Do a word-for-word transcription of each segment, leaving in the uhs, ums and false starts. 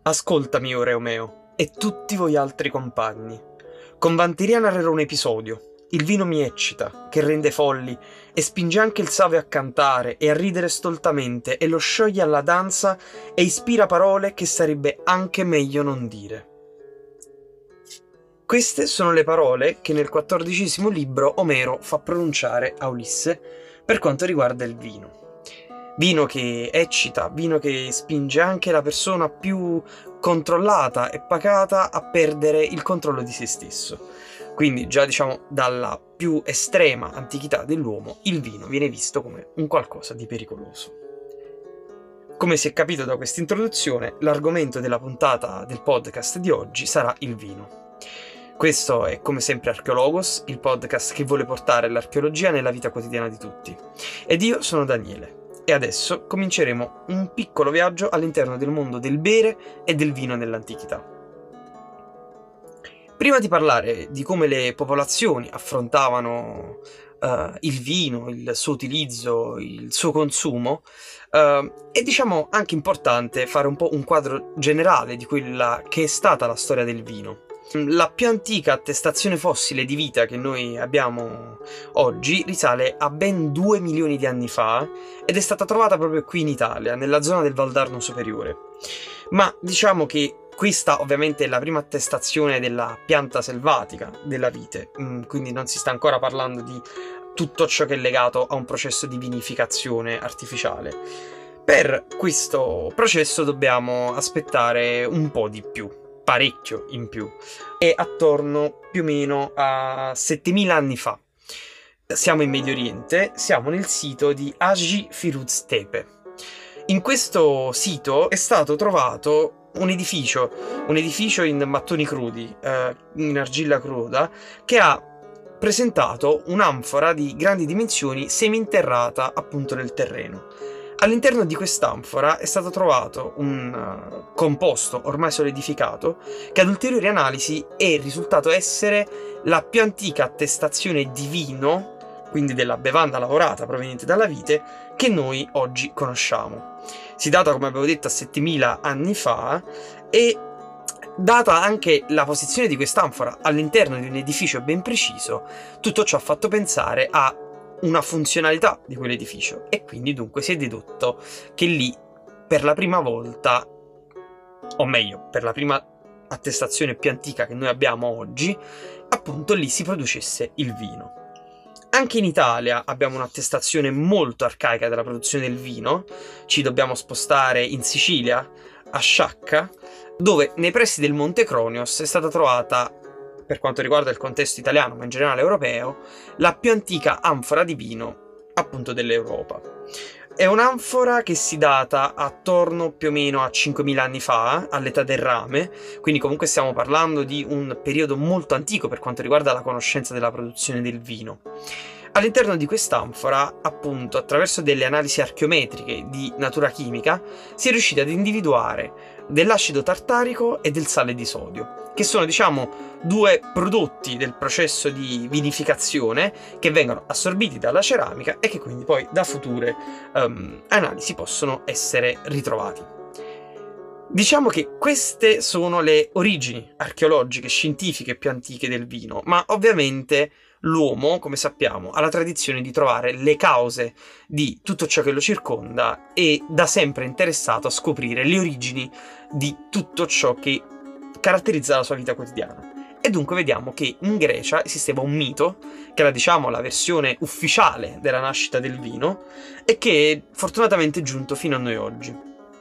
Ascoltami, o Reomeo, e tutti voi altri compagni. Con vanteria narrerò un episodio. Il vino mi eccita, che rende folli, e spinge anche il Save a cantare e a ridere stoltamente, e lo scioglie alla danza e ispira parole che sarebbe anche meglio non dire. Queste sono le parole che nel quattordicesimo libro Omero fa pronunciare a Ulisse per quanto riguarda il vino. Vino che eccita, vino che spinge anche la persona più controllata e pacata a perdere il controllo di se stesso. Quindi già diciamo dalla più estrema antichità dell'uomo il vino viene visto come un qualcosa di pericoloso. Come si è capito da questa introduzione, l'argomento della puntata del podcast di oggi sarà il vino. Questo è come sempre Archeologos, il podcast che vuole portare l'archeologia nella vita quotidiana di tutti. Ed io sono Daniele. E adesso cominceremo un piccolo viaggio all'interno del mondo del bere e del vino nell'antichità. Prima di parlare di come le popolazioni affrontavano uh, il vino, il suo utilizzo, il suo consumo, uh, è diciamo anche importante fare un po' un quadro generale di quella che è stata la storia del vino. La più antica attestazione fossile di vita che noi abbiamo oggi risale a ben due milioni di anni fa ed è stata trovata proprio qui in Italia, nella zona del Valdarno Superiore. Ma diciamo che questa ovviamente è la prima attestazione della pianta selvatica della vite, quindi non si sta ancora parlando di tutto ciò che è legato a un processo di vinificazione artificiale. Per questo processo dobbiamo aspettare un po' di più. Parecchio in più, è attorno più o meno a settemila anni fa. Siamo in Medio Oriente, siamo nel sito di Hagi Firuz Tepe. In questo sito è stato trovato un edificio, un edificio in mattoni crudi, eh, in argilla cruda, che ha presentato un'anfora di grandi dimensioni seminterrata appunto nel terreno. All'interno di quest'anfora è stato trovato un uh, composto ormai solidificato che ad ulteriori analisi è risultato essere la più antica attestazione di vino, quindi della bevanda lavorata proveniente dalla vite, che noi oggi conosciamo. Si data, come avevo detto, a settemila anni fa e data anche la posizione di quest'anfora all'interno di un edificio ben preciso, tutto ciò ha fatto pensare a una funzionalità di quell'edificio e quindi dunque si è dedotto che lì per la prima volta, o meglio per la prima attestazione più antica che noi abbiamo oggi, appunto lì si producesse il vino. Anche in Italia abbiamo un'attestazione molto arcaica della produzione del vino. Ci dobbiamo spostare in Sicilia, a Sciacca, dove nei pressi del Monte Cronios è stata trovata, per quanto riguarda il contesto italiano, ma in generale europeo, la più antica anfora di vino appunto dell'Europa. È un'anfora che si data attorno più o meno a cinquemila anni fa, all'età del rame, quindi comunque stiamo parlando di un periodo molto antico per quanto riguarda la conoscenza della produzione del vino. All'interno di quest'anfora, appunto, attraverso delle analisi archeometriche di natura chimica, si è riusciti ad individuare dell'acido tartarico e del sale di sodio, che sono, diciamo, due prodotti del processo di vinificazione che vengono assorbiti dalla ceramica e che quindi poi da future um, analisi possono essere ritrovati. Diciamo che queste sono le origini archeologiche, scientifiche più antiche del vino, ma ovviamente l'uomo, come sappiamo, ha la tradizione di trovare le cause di tutto ciò che lo circonda e da sempre è interessato a scoprire le origini di tutto ciò che caratterizza la sua vita quotidiana. E dunque vediamo che in Grecia esisteva un mito, che era diciamo la versione ufficiale della nascita del vino, e che è fortunatamente giunto fino a noi oggi.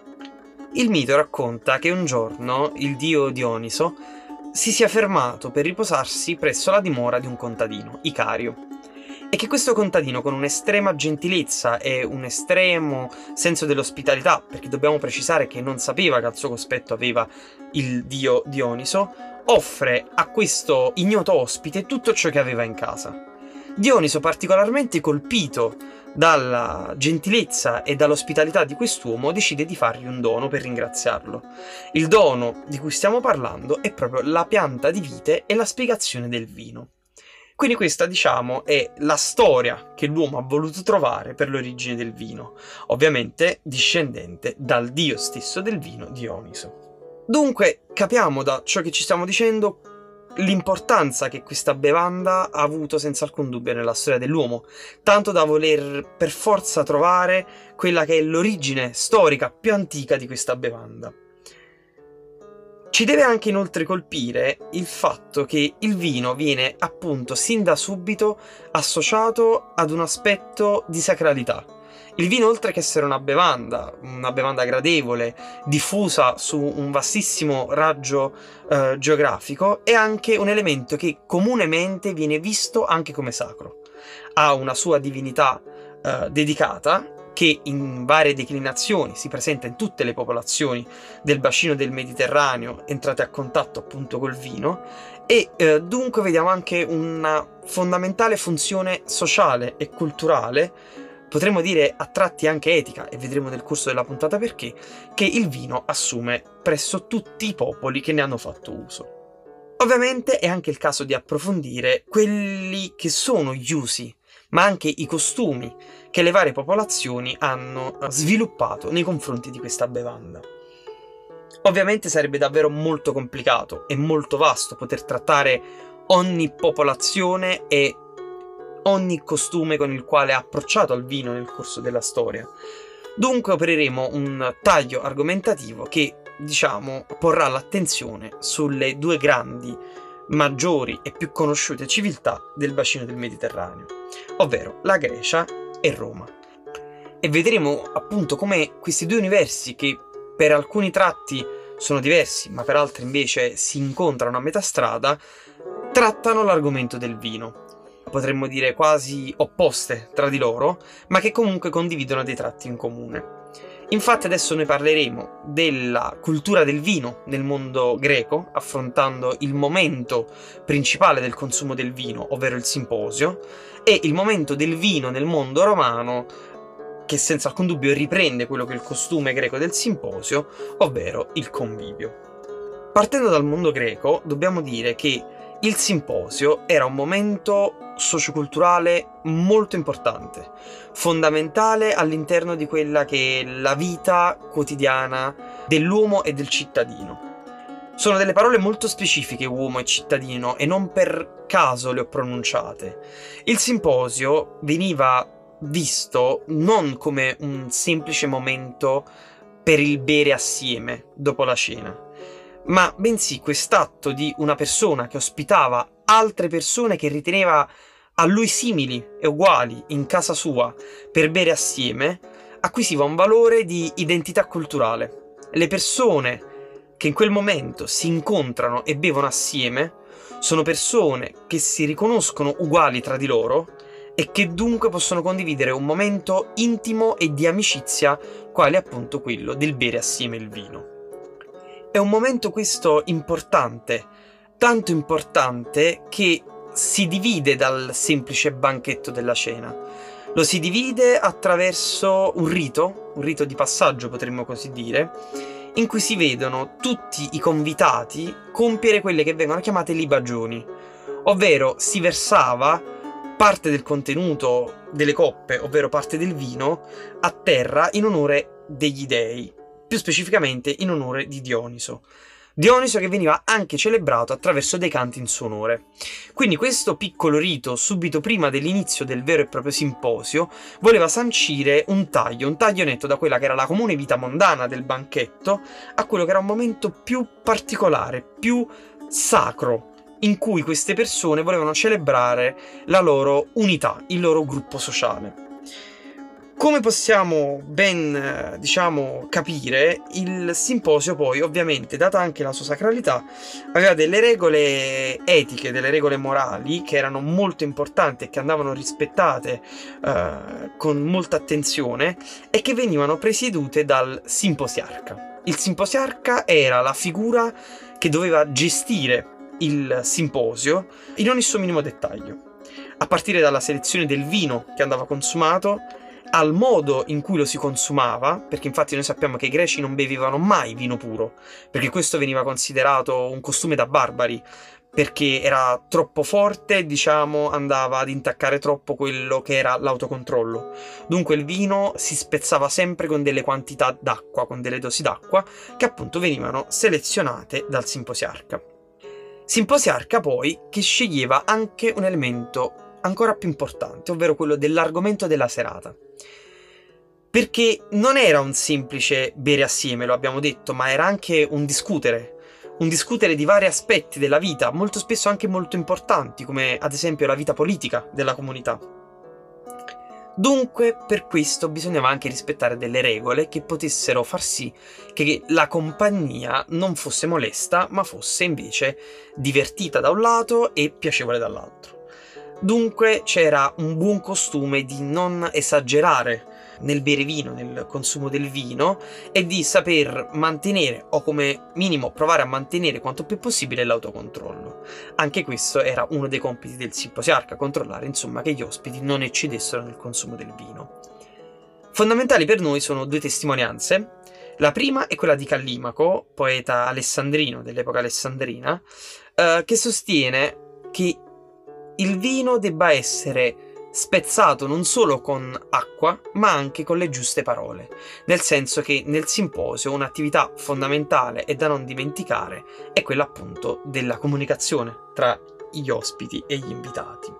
Il mito racconta che un giorno il dio Dioniso si sia fermato per riposarsi presso la dimora di un contadino, Icario, e che questo contadino, con un'estrema gentilezza e un estremo senso dell'ospitalità, perché dobbiamo precisare che non sapeva che al suo cospetto aveva il dio Dioniso, offre a questo ignoto ospite tutto ciò che aveva in casa. Dioniso, particolarmente colpito dalla gentilezza e dall'ospitalità di quest'uomo, decide di fargli un dono per ringraziarlo. Il dono di cui stiamo parlando è proprio la pianta di vite e la spiegazione del vino. Quindi questa, diciamo, è la storia che l'uomo ha voluto trovare per l'origine del vino, ovviamente discendente dal dio stesso del vino, Dioniso. Dunque, capiamo da ciò che ci stiamo dicendo l'importanza che questa bevanda ha avuto senza alcun dubbio nella storia dell'uomo, tanto da voler per forza trovare quella che è l'origine storica più antica di questa bevanda. Ci deve anche inoltre colpire il fatto che il vino viene appunto sin da subito associato ad un aspetto di sacralità. Il vino, oltre che essere una bevanda, una bevanda gradevole, diffusa su un vastissimo raggio eh, geografico, è anche un elemento che comunemente viene visto anche come sacro. Ha una sua divinità eh, dedicata, che in varie declinazioni si presenta in tutte le popolazioni del bacino del Mediterraneo entrate a contatto appunto col vino, e eh, dunque vediamo anche una fondamentale funzione sociale e culturale, potremmo dire a tratti anche etica, e vedremo nel corso della puntata perché, che il vino assume presso tutti i popoli che ne hanno fatto uso. Ovviamente è anche il caso di approfondire quelli che sono gli usi, ma anche i costumi che le varie popolazioni hanno sviluppato nei confronti di questa bevanda. Ovviamente sarebbe davvero molto complicato e molto vasto poter trattare ogni popolazione e ogni costume con il quale ha approcciato al vino nel corso della storia. Dunque opereremo un taglio argomentativo che, diciamo, porrà l'attenzione sulle due grandi, maggiori e più conosciute civiltà del bacino del Mediterraneo, ovvero la Grecia e Roma. E vedremo appunto come questi due universi, che per alcuni tratti sono diversi, ma per altri invece si incontrano a metà strada, trattano l'argomento del vino. Potremmo dire quasi opposte tra di loro, ma che comunque condividono dei tratti in comune. Infatti adesso noi parleremo della cultura del vino nel mondo greco, affrontando il momento principale del consumo del vino, ovvero il simposio, e il momento del vino nel mondo romano, che senza alcun dubbio riprende quello che è il costume greco del simposio, ovvero il convivio. Partendo dal mondo greco, dobbiamo dire che il simposio era un momento socioculturale molto importante, fondamentale all'interno di quella che è la vita quotidiana dell'uomo e del cittadino. Sono delle parole molto specifiche, uomo e cittadino, e non per caso le ho pronunciate. Il simposio veniva visto non come un semplice momento per il bere assieme dopo la cena, ma bensì quest'atto di una persona che ospitava altre persone che riteneva a lui simili e uguali in casa sua per bere assieme, acquisiva un valore di identità culturale. Le persone che in quel momento si incontrano e bevono assieme sono persone che si riconoscono uguali tra di loro e che dunque possono condividere un momento intimo e di amicizia, quale appunto quello del bere assieme il vino. È un momento questo importante, tanto importante che si divide dal semplice banchetto della cena. Lo si divide attraverso un rito, un rito di passaggio potremmo così dire, in cui si vedono tutti i convitati compiere quelle che vengono chiamate libagioni, ovvero si versava parte del contenuto delle coppe, ovvero parte del vino, a terra in onore degli dei, più specificamente in onore di Dioniso. Dioniso che veniva anche celebrato attraverso dei canti in suo onore. Quindi questo piccolo rito, subito prima dell'inizio del vero e proprio simposio, voleva sancire un taglio, un taglio netto da quella che era la comune vita mondana del banchetto a quello che era un momento più particolare, più sacro, in cui queste persone volevano celebrare la loro unità, il loro gruppo sociale. Come possiamo ben, diciamo, capire, il simposio poi, ovviamente, data anche la sua sacralità, aveva delle regole etiche, delle regole morali che erano molto importanti e che andavano rispettate eh, con molta attenzione e che venivano presiedute dal simposiarca. Il simposiarca era la figura che doveva gestire il simposio in ogni suo minimo dettaglio, a partire dalla selezione del vino che andava consumato, al modo in cui lo si consumava, perché infatti noi sappiamo che i greci non bevevano mai vino puro, perché questo veniva considerato un costume da barbari, perché era troppo forte, diciamo, andava ad intaccare troppo quello che era l'autocontrollo. Dunque il vino si spezzava sempre con delle quantità d'acqua, con delle dosi d'acqua, che appunto venivano selezionate dal simposiarca. Simposiarca poi che sceglieva anche un elemento ancora più importante, ovvero quello dell'argomento della serata. Perché non era un semplice bere assieme, lo abbiamo detto, ma era anche un discutere. Un discutere di vari aspetti della vita, molto spesso anche molto importanti, come ad esempio la vita politica della comunità. Dunque, per questo bisognava anche rispettare delle regole che potessero far sì che la compagnia non fosse molesta, ma fosse invece divertita da un lato e piacevole dall'altro. Dunque c'era un buon costume di non esagerare nel bere vino, nel consumo del vino, e di saper mantenere, o come minimo provare a mantenere quanto più possibile, l'autocontrollo. Anche questo era uno dei compiti del simposiarca, controllare insomma che gli ospiti non eccedessero nel consumo del vino. Fondamentali per noi sono due testimonianze. La prima è quella di Callimaco, poeta alessandrino dell'epoca alessandrina, eh, che sostiene che il vino debba essere spezzato non solo con acqua, ma anche con le giuste parole, nel senso che nel simposio un'attività fondamentale e da non dimenticare è quella appunto della comunicazione tra gli ospiti e gli invitati.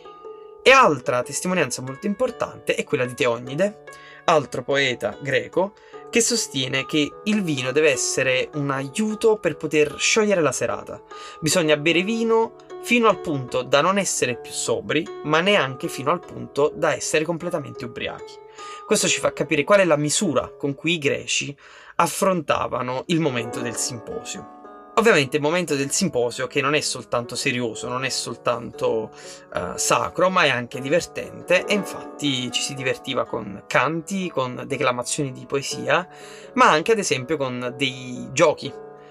E altra testimonianza molto importante è quella di Teonide, altro poeta greco, che sostiene che il vino deve essere un aiuto per poter sciogliere la serata. Bisogna bere vino fino al punto da non essere più sobri, ma neanche fino al punto da essere completamente ubriachi. Questo ci fa capire qual è la misura con cui i greci affrontavano il momento del simposio. Ovviamente il momento del simposio, che non è soltanto serioso, non è soltanto uh, sacro, ma è anche divertente, e infatti ci si divertiva con canti, con declamazioni di poesia, ma anche ad esempio con dei giochi.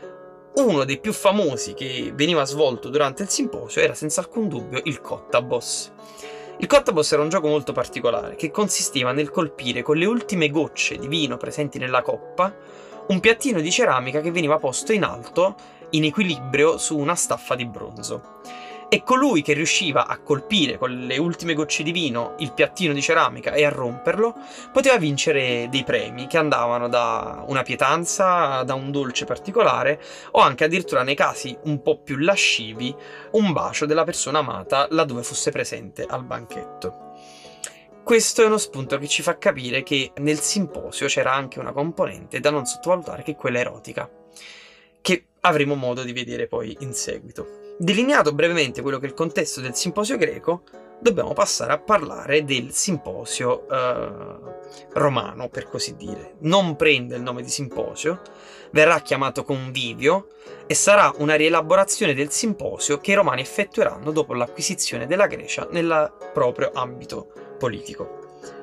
Uno dei più famosi che veniva svolto durante il simposio era senza alcun dubbio il Cottabos. Il Cottabos era un gioco molto particolare che consisteva nel colpire con le ultime gocce di vino presenti nella coppa un piattino di ceramica che veniva posto in alto, in equilibrio, su una staffa di bronzo. E colui che riusciva a colpire con le ultime gocce di vino il piattino di ceramica e a romperlo poteva vincere dei premi che andavano da una pietanza, da un dolce particolare, o anche addirittura, nei casi un po' più lascivi, un bacio della persona amata laddove fosse presente al banchetto. Questo è uno spunto che ci fa capire che nel simposio c'era anche una componente da non sottovalutare, che è quella erotica, che avremo modo di vedere poi in seguito. Delineato brevemente quello che è il contesto del simposio greco, dobbiamo passare a parlare del simposio eh, romano, per così dire. Non prende il nome di simposio, verrà chiamato convivio e sarà una rielaborazione del simposio che i romani effettueranno dopo l'acquisizione della Grecia nel proprio ambito politico.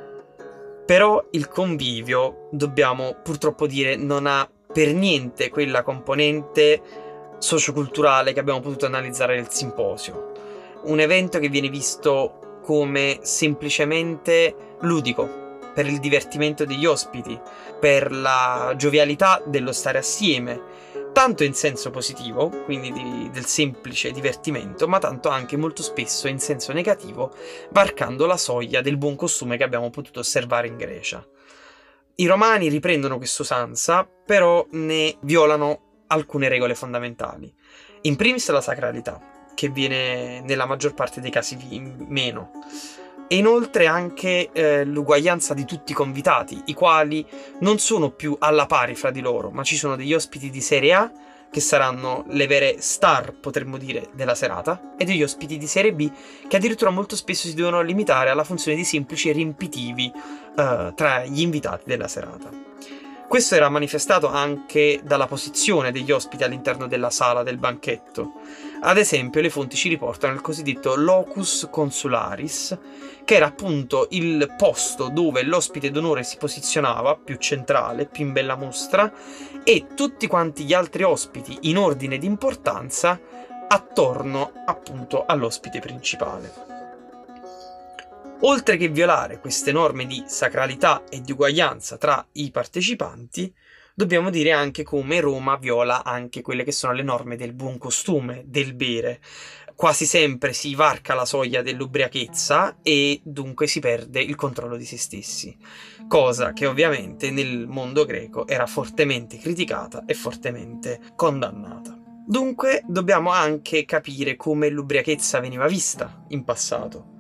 Però il convivio, dobbiamo purtroppo dire, non ha per niente quella componente socioculturale che abbiamo potuto analizzare nel simposio. Un evento che viene visto come semplicemente ludico, per il divertimento degli ospiti, per la giovialità dello stare assieme, tanto in senso positivo, quindi di, del semplice divertimento, ma tanto anche molto spesso in senso negativo, varcando la soglia del buon costume che abbiamo potuto osservare in Grecia. I romani riprendono quest'usanza, però ne violano alcune regole fondamentali. In primis la sacralità, che viene nella maggior parte dei casi meno, e inoltre anche eh, l'uguaglianza di tutti i convitati, i quali non sono più alla pari fra di loro, ma ci sono degli ospiti di serie A, che saranno le vere star, potremmo dire, della serata, e degli ospiti di serie B, che addirittura molto spesso si devono limitare alla funzione di semplici riempitivi eh, tra gli invitati della serata. Questo era manifestato anche dalla posizione degli ospiti all'interno della sala del banchetto. Ad esempio, le fonti ci riportano il cosiddetto locus consularis, che era appunto il posto dove l'ospite d'onore si posizionava, più centrale, più in bella mostra, e tutti quanti gli altri ospiti in ordine di importanza attorno appunto all'ospite principale. Oltre che violare queste norme di sacralità e di uguaglianza tra i partecipanti, dobbiamo dire anche come Roma viola anche quelle che sono le norme del buon costume, del bere. Quasi sempre si varca la soglia dell'ubriachezza e dunque si perde il controllo di se stessi, cosa che ovviamente nel mondo greco era fortemente criticata e fortemente condannata. Dunque dobbiamo anche capire come l'ubriachezza veniva vista in passato.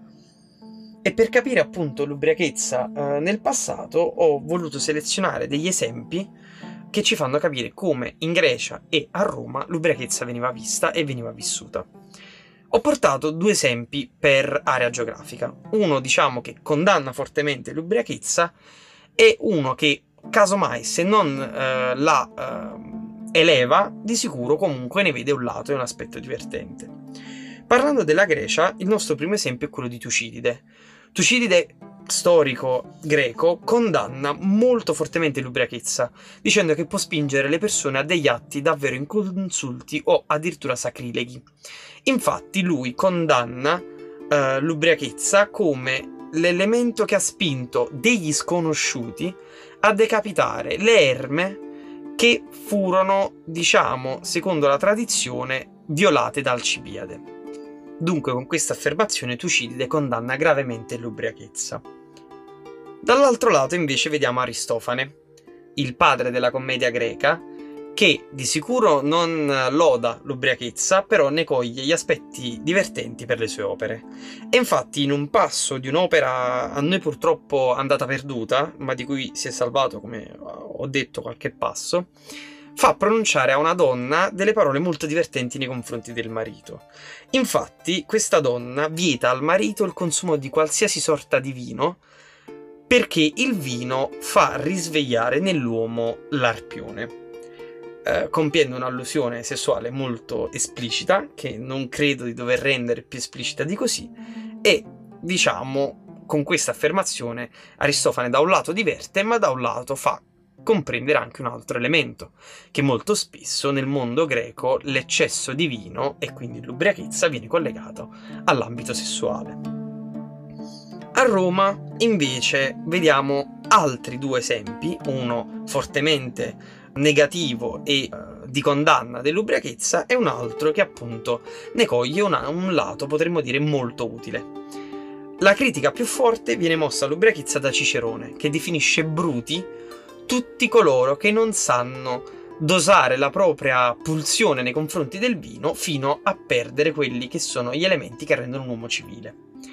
E per capire appunto l'ubriachezza eh, nel passato ho voluto selezionare degli esempi che ci fanno capire come in Grecia e a Roma l'ubriachezza veniva vista e veniva vissuta. Ho portato due esempi per area geografica, uno diciamo che condanna fortemente l'ubriachezza e uno che casomai se non eh, la eh, eleva, di sicuro comunque ne vede un lato e un aspetto divertente. Parlando della Grecia, il nostro primo esempio è quello di Tucidide. Tucidide, storico greco, condanna molto fortemente l'ubriachezza, dicendo che può spingere le persone a degli atti davvero inconsulti o addirittura sacrileghi. Infatti lui condanna eh, l'ubriachezza come l'elemento che ha spinto degli sconosciuti a decapitare le erme che furono, diciamo, secondo la tradizione, violate da Alcibiade. Dunque con questa affermazione Tucidide condanna gravemente l'ubriachezza. Dall'altro lato invece vediamo Aristofane, il padre della commedia greca, che di sicuro non loda l'ubriachezza, però ne coglie gli aspetti divertenti per le sue opere. E infatti in un passo di un'opera a noi purtroppo andata perduta, ma di cui si è salvato, come ho detto, qualche passo, fa pronunciare a una donna delle parole molto divertenti nei confronti del marito. Infatti questa donna vieta al marito il consumo di qualsiasi sorta di vino, perché il vino fa risvegliare nell'uomo l'arpione. Eh, compiendo un'allusione sessuale molto esplicita, che non credo di dover rendere più esplicita di così, e diciamo con questa affermazione Aristofane da un lato diverte, ma da un lato fa comprendere anche un altro elemento, che molto spesso nel mondo greco l'eccesso di vino e quindi l'ubriachezza viene collegato all'ambito sessuale. A Roma invece vediamo altri due esempi, uno fortemente negativo e uh, di condanna dell'ubriachezza e un altro che appunto ne coglie una, un lato, potremmo dire, molto utile. La critica più forte viene mossa all'ubriachezza da Cicerone, che definisce bruti tutti coloro che non sanno dosare la propria pulsione nei confronti del vino fino a perdere quelli che sono gli elementi che rendono un uomo civile.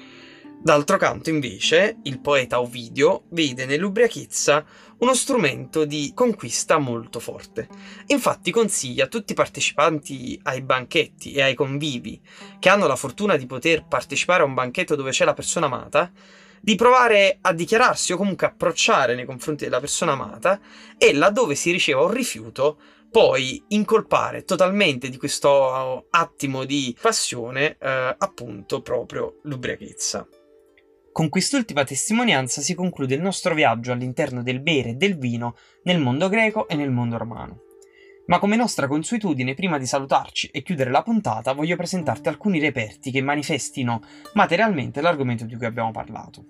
D'altro canto, invece, il poeta Ovidio vede nell'ubriachezza uno strumento di conquista molto forte. Infatti consiglia a tutti i partecipanti ai banchetti e ai convivi che hanno la fortuna di poter partecipare a un banchetto dove c'è la persona amata, di provare a dichiararsi o comunque approcciare nei confronti della persona amata e laddove si riceva un rifiuto poi incolpare totalmente di questo attimo di passione eh, appunto proprio l'ubriachezza. Con quest'ultima testimonianza si conclude il nostro viaggio all'interno del bere e del vino nel mondo greco e nel mondo romano. Ma come nostra consuetudine, prima di salutarci e chiudere la puntata, voglio presentarti alcuni reperti che manifestino materialmente l'argomento di cui abbiamo parlato.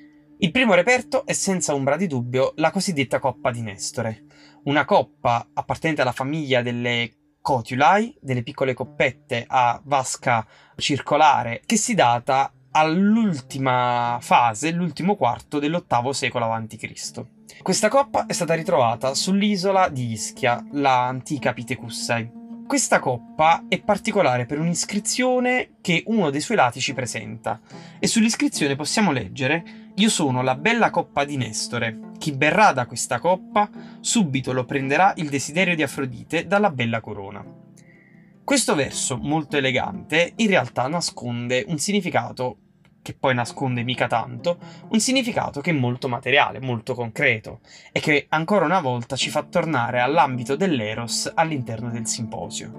Il primo reperto è senza ombra di dubbio la cosiddetta coppa di Nestore, una coppa appartenente alla famiglia delle Cotulae, delle piccole coppette a vasca circolare, che si data all'ultima fase, l'ultimo quarto dell'ottavo secolo avanti Cristo. Questa coppa è stata ritrovata sull'isola di Ischia, la antica Pitecussae. Questa coppa è particolare per un'iscrizione che uno dei suoi lati ci presenta, e sull'iscrizione possiamo leggere: «Io sono la bella coppa di Nestore, chi berrà da questa coppa subito lo prenderà il desiderio di Afrodite dalla bella corona». Questo verso, molto elegante, in realtà nasconde un significato che poi nasconde mica tanto, un significato che è molto materiale, molto concreto, e che ancora una volta ci fa tornare all'ambito dell'eros all'interno del simposio.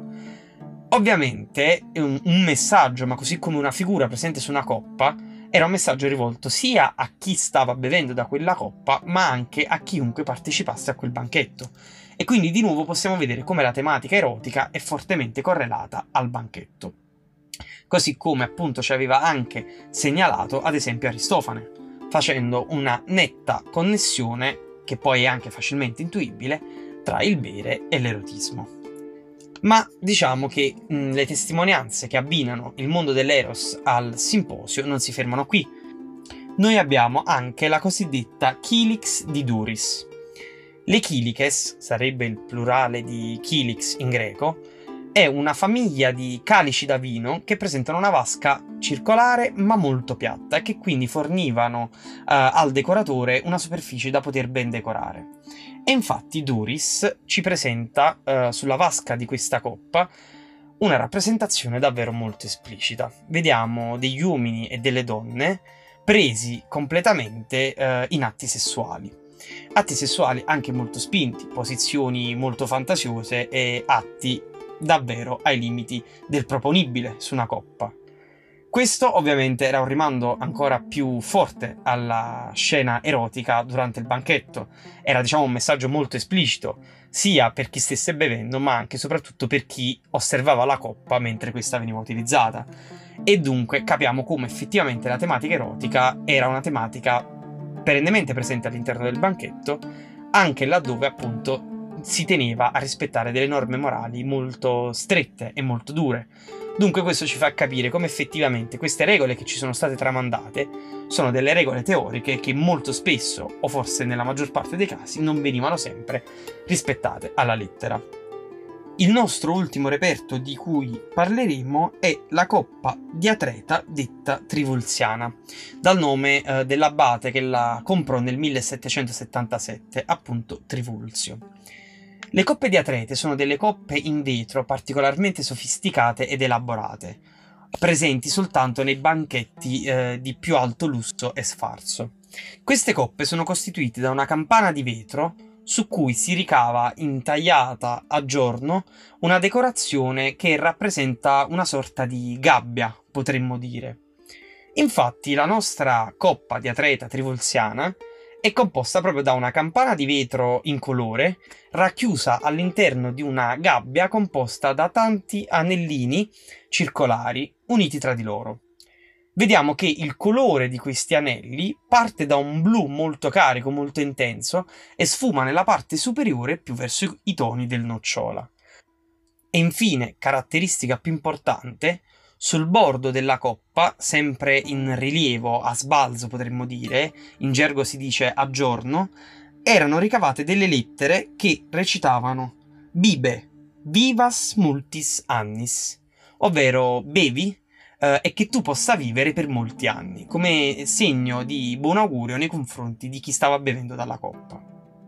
Ovviamente un, un messaggio, ma così come una figura presente su una coppa, era un messaggio rivolto sia a chi stava bevendo da quella coppa, ma anche a chiunque partecipasse a quel banchetto. E quindi di nuovo possiamo vedere come la tematica erotica è fortemente correlata al banchetto. Così come appunto ci aveva anche segnalato ad esempio Aristofane, facendo una netta connessione, che poi è anche facilmente intuibile, tra il bere e l'erotismo. Ma diciamo che mh, le testimonianze che abbinano il mondo dell'eros al simposio non si fermano qui. Noi abbiamo anche la cosiddetta Kilix di Duris. Le Kilikes, sarebbe il plurale di Kilix in greco, è una famiglia di calici da vino che presentano una vasca circolare ma molto piatta e che quindi fornivano uh, al decoratore una superficie da poter ben decorare. E infatti Duris ci presenta uh, sulla vasca di questa coppa una rappresentazione davvero molto esplicita. Vediamo degli uomini e delle donne presi completamente uh, in atti sessuali. Atti sessuali anche molto spinti, posizioni molto fantasiose e atti davvero ai limiti del proponibile su una coppa. Questo ovviamente era un rimando ancora più forte alla scena erotica durante il banchetto. Era, diciamo, un messaggio molto esplicito, sia per chi stesse bevendo, ma anche e soprattutto per chi osservava la coppa mentre questa veniva utilizzata. E dunque capiamo come effettivamente la tematica erotica era una tematica perennemente presente all'interno del banchetto, anche laddove appunto si teneva a rispettare delle norme morali molto strette e molto dure. Dunque questo ci fa capire come effettivamente queste regole che ci sono state tramandate sono delle regole teoriche che molto spesso, o forse nella maggior parte dei casi, non venivano sempre rispettate alla lettera. Il nostro ultimo reperto di cui parleremo è la coppa di Atreta detta Trivulziana, dal nome eh, dell'abate che la comprò nel millesettecentosettantasette, appunto Trivulzio. Le coppe di Atrete sono delle coppe in vetro particolarmente sofisticate ed elaborate, presenti soltanto nei banchetti eh, di più alto lusso e sfarzo. Queste coppe sono costituite da una campana di vetro su cui si ricava intagliata a giorno una decorazione che rappresenta una sorta di gabbia, potremmo dire. Infatti la nostra coppa di Atreta Trivulziana è composta proprio da una campana di vetro incolore racchiusa all'interno di una gabbia composta da tanti anellini circolari uniti tra di loro. Vediamo che il colore di questi anelli parte da un blu molto carico, molto intenso e sfuma nella parte superiore più verso i toni del nocciola. E infine, caratteristica più importante, sul bordo della coppa, sempre in rilievo, a sbalzo potremmo dire, in gergo si dice a giorno, erano ricavate delle lettere che recitavano Bibe, vivas multis annis, ovvero bevi eh, e che tu possa vivere per molti anni, come segno di buon augurio nei confronti di chi stava bevendo dalla coppa.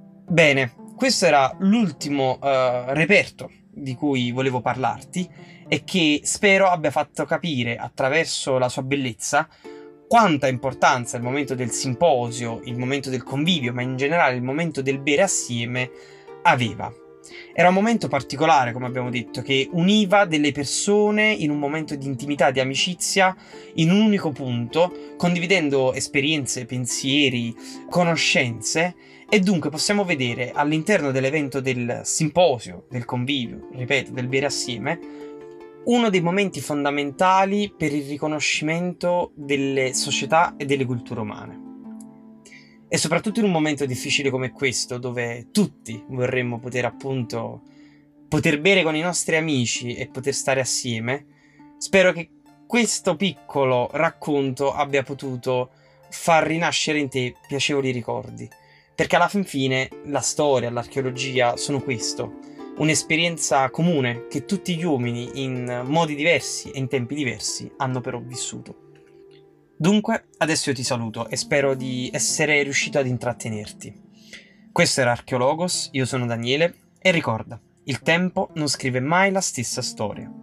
Bene, questo era l'ultimo eh, reperto di cui volevo parlarti e che spero abbia fatto capire attraverso la sua bellezza quanta importanza il momento del simposio, il momento del convivio, ma in generale il momento del bere assieme aveva. Era un momento particolare, come abbiamo detto, che univa delle persone in un momento di intimità, di amicizia, in un unico punto, condividendo esperienze, pensieri, conoscenze, e dunque possiamo vedere all'interno dell'evento del simposio, del convivio, ripeto, del bere assieme, uno dei momenti fondamentali per il riconoscimento delle società e delle culture umane. E soprattutto in un momento difficile come questo, dove tutti vorremmo poter appunto poter bere con i nostri amici e poter stare assieme, spero che questo piccolo racconto abbia potuto far rinascere in te piacevoli ricordi, perché alla fin fine la storia, l'archeologia sono questo, un'esperienza comune che tutti gli uomini in modi diversi e in tempi diversi hanno però vissuto. Dunque, adesso io ti saluto e spero di essere riuscito ad intrattenerti. Questo era Archeologos, io sono Daniele e ricorda, il tempo non scrive mai la stessa storia.